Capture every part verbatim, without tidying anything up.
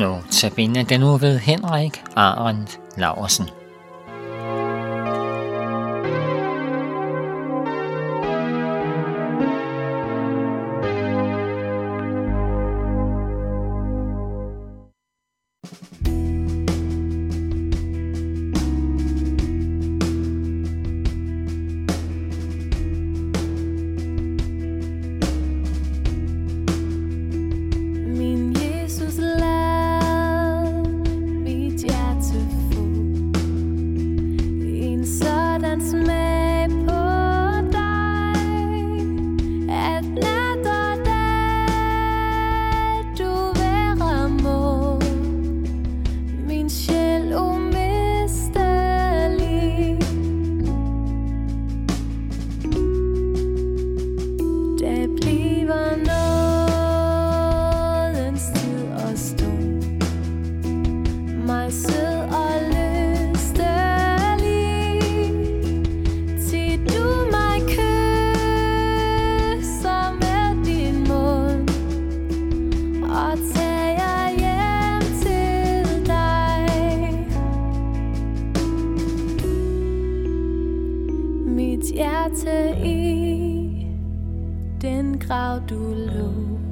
Notabene den nu ved Henrik Arendt Laursen. Hjerte i den grav du lå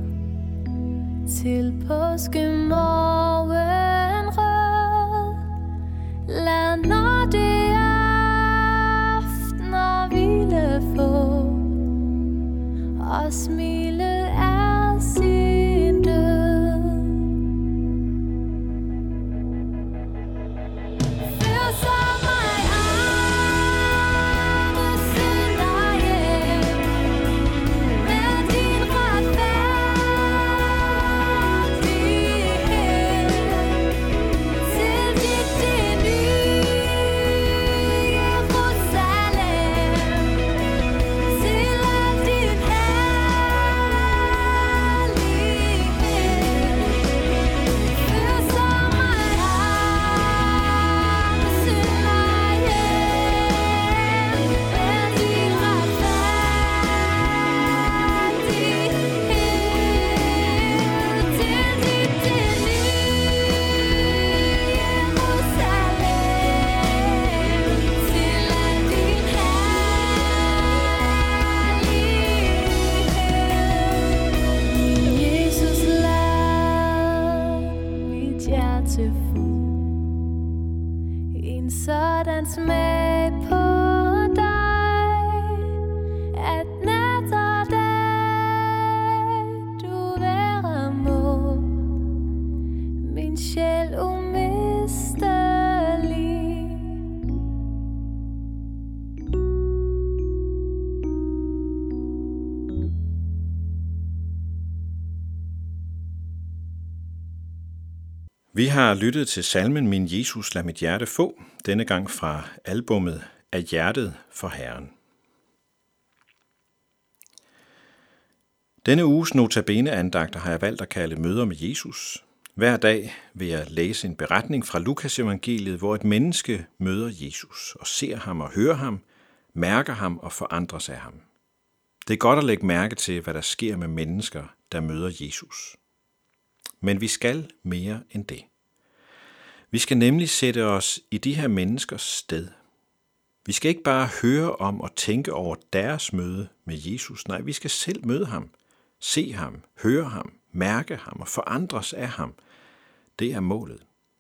til påskemorgen rød. Lad når det aftener hvile få og smile af sin død. Før så mig en sådan smag på dig, at nat og dag du være må, min sjæl umistelig. Vi har lyttet til salmen Min Jesus lad mit hjerte få, denne gang fra albummet Af hjertet for Herren. Denne uges notabene-andagter har jeg valgt at kalde møder med Jesus. Hver dag vil jeg læse en beretning fra Lukas evangeliet, hvor et menneske møder Jesus og ser ham og hører ham, mærker ham og forandres af ham. Det er godt at lægge mærke til, hvad der sker med mennesker, der møder Jesus. Men vi skal mere end det. Vi skal nemlig sætte os i de her menneskers sted. Vi skal ikke bare høre om og tænke over deres møde med Jesus. Nej, vi skal selv møde ham, se ham, høre ham, mærke ham og forandres af ham. Det er målet.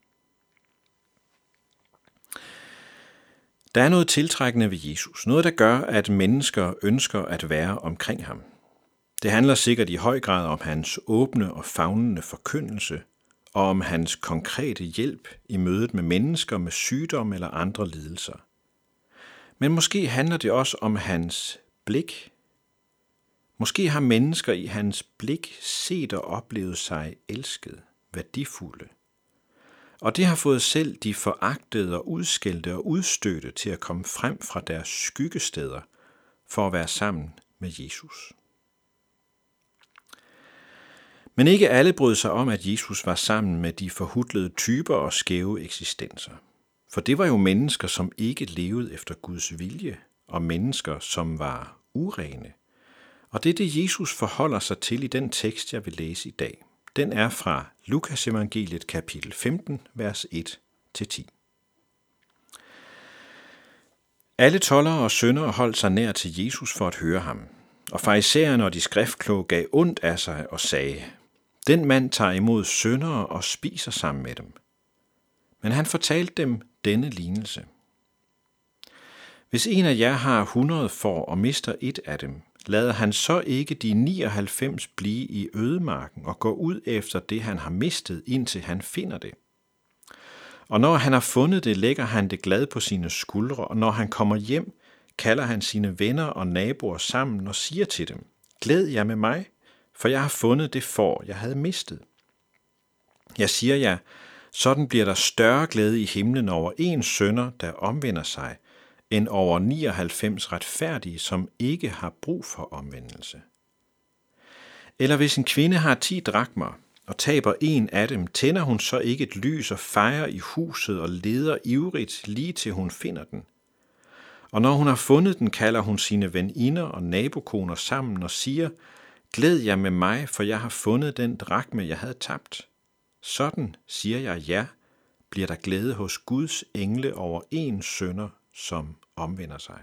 Der er noget tiltrækkende ved Jesus. Noget, der gør, at mennesker ønsker at være omkring ham. Det handler sikkert i høj grad om hans åbne og favnende forkyndelse, og om hans konkrete hjælp i mødet med mennesker med sygdom eller andre lidelser. Men måske handler det også om hans blik. Måske har mennesker i hans blik set og oplevet sig elsket, værdifulde. Og det har fået selv de foragtede og udskældte og udstødte til at komme frem fra deres skyggesteder for at være sammen med Jesus. Men ikke alle brød sig om, at Jesus var sammen med de forhutlede typer og skæve eksistenser. For det var jo mennesker, som ikke levede efter Guds vilje, og mennesker, som var urene. Og det er det, Jesus forholder sig til i den tekst, jeg vil læse i dag. den er fra Lukas evangeliet kapitel femten, vers et til ti. Alle toldere og syndere holdt sig nær til Jesus for at høre ham, og farisæerne og de skriftkloge gav ondt af sig og sagde, den mand tager imod syndere og spiser sammen med dem. Men han fortalte dem denne lignelse. Hvis en af jer har hundrede får og mister et af dem, lader han så ikke de nioghalvfems blive i ødemarken og gå ud efter det, han har mistet, indtil han finder det. Og når han har fundet det, lægger han det glad på sine skuldre, og når han kommer hjem, kalder han sine venner og naboer sammen og siger til dem, glæd jer med mig, for jeg har fundet det får, jeg havde mistet. Jeg siger jer, sådan bliver der større glæde i himlen over en synder, der omvender sig, end over nioghalvfems retfærdige, som ikke har brug for omvendelse. Eller hvis en kvinde har ti drakmer og taber en af dem, tænder hun så ikke et lys og fejrer i huset og leder ivrigt lige til hun finder den. Og når hun har fundet den, kalder hun sine veninder og nabokoner sammen og siger, glæd jer med mig, for jeg har fundet den drakme, jeg havde tabt. Sådan, siger jeg ja, bliver der glæde hos Guds engle over en synder, som omvender sig.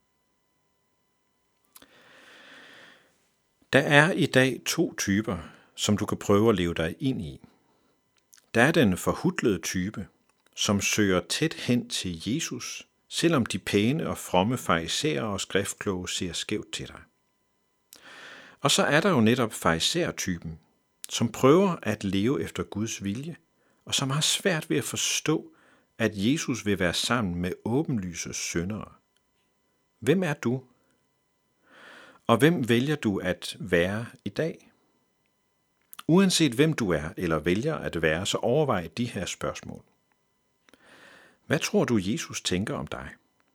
Der er i dag to typer, som du kan prøve at leve dig ind i. Der er den forhudlede type, som søger tæt hen til Jesus, selvom de pæne og fromme farisæer og skriftkloge ser skævt til dig. Og så er der jo netop farisæertypen, som prøver at leve efter Guds vilje, og som har svært ved at forstå, at Jesus vil være sammen med åbenlyse syndere. Hvem er du? Og hvem vælger du at være i dag? Uanset hvem du er eller vælger at være, så overvej de her spørgsmål. Hvad tror du, Jesus tænker om dig?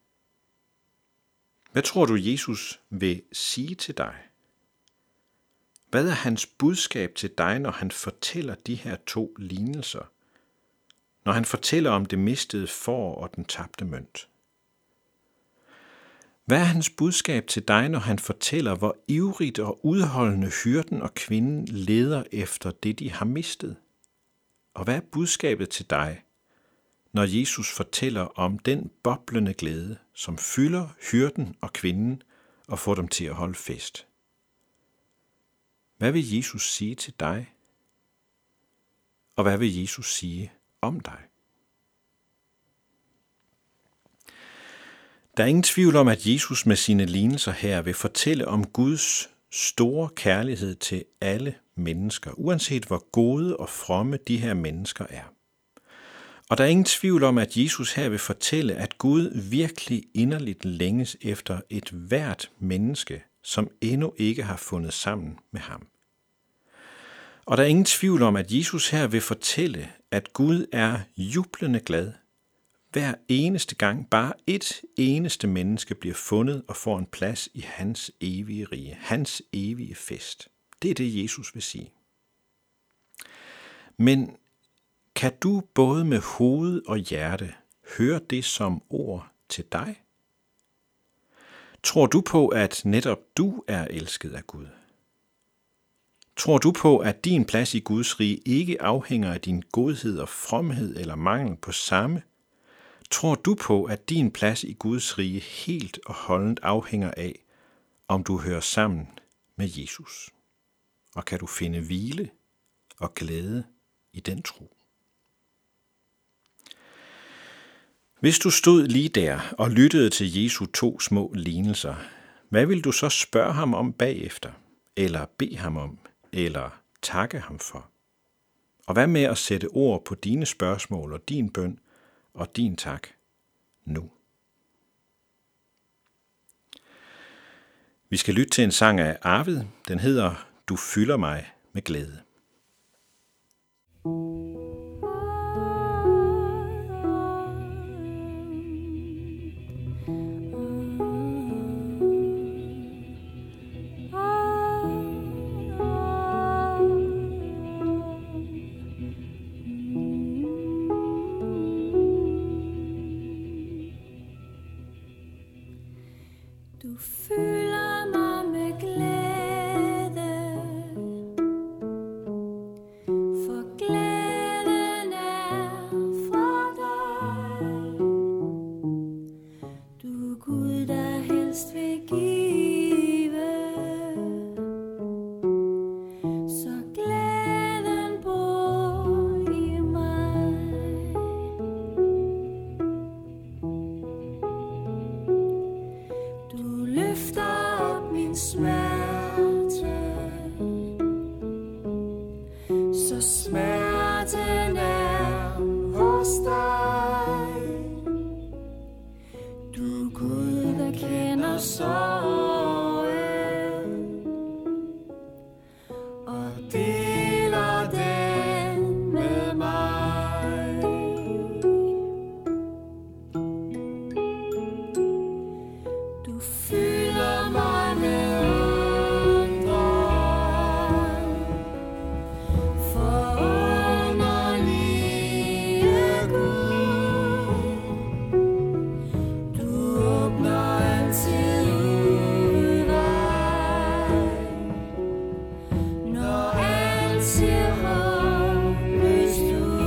Hvad tror du, Jesus vil sige til dig? Hvad er hans budskab til dig, når han fortæller de her to lignelser? Når han fortæller om det mistede får og den tabte mønt? Hvad er hans budskab til dig, når han fortæller, hvor ivrigt og udholdende hyrden og kvinden leder efter det, de har mistet? Og hvad er budskabet til dig, når Jesus fortæller om den boblende glæde, som fylder hyrden og kvinden og får dem til at holde fest? Hvad vil Jesus sige til dig? Og hvad vil Jesus sige om dig? Der er ingen tvivl om, at Jesus med sine lignelser her vil fortælle om Guds store kærlighed til alle mennesker, uanset hvor gode og fromme de her mennesker er. Og der er ingen tvivl om, at Jesus her vil fortælle, at Gud virkelig inderligt længes efter et hvert menneske, som endnu ikke har fundet sammen med ham. Og der er ingen tvivl om, at Jesus her vil fortælle, at Gud er jublende glad, hver eneste gang bare et eneste menneske bliver fundet og får en plads i hans evige rige, hans evige fest. Det er det, Jesus vil sige. Men kan du både med hoved og hjerte høre det som ord til dig? Tror du på, at netop du er elsket af Gud? Tror du på, at din plads i Guds rige ikke afhænger af din godhed og fromhed eller mangel på samme? Tror du på, at din plads i Guds rige helt og holdent afhænger af, om du hører sammen med Jesus? Og kan du finde hvile og glæde i den tro? Hvis du stod lige der og lyttede til Jesu to små lignelser, hvad vil du så spørge ham om bagefter, eller bede ham om, eller takke ham for? Og hvad med at sætte ord på dine spørgsmål og din bøn og din tak nu? Vi skal lytte til en sang af Arvid. Den hedder Du fylder mig med glæde. Du fylder mig med glæde, Du Gud, der helst vil give, så glæden bor i mig. Du løfter op min smerte, så smerten er hos dig. Du Gud, der kender sorgen og deler den med mig. Du fylder mig med undren, forunderlige Gud. Du åbner altid udvej, når alt ser håbløst ud.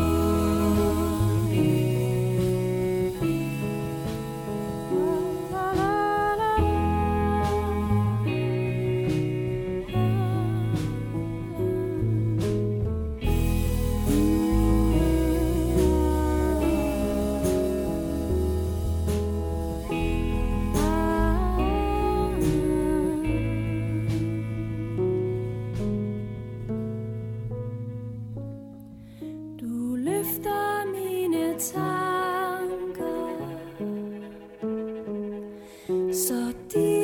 Du løfter mine tanker, så de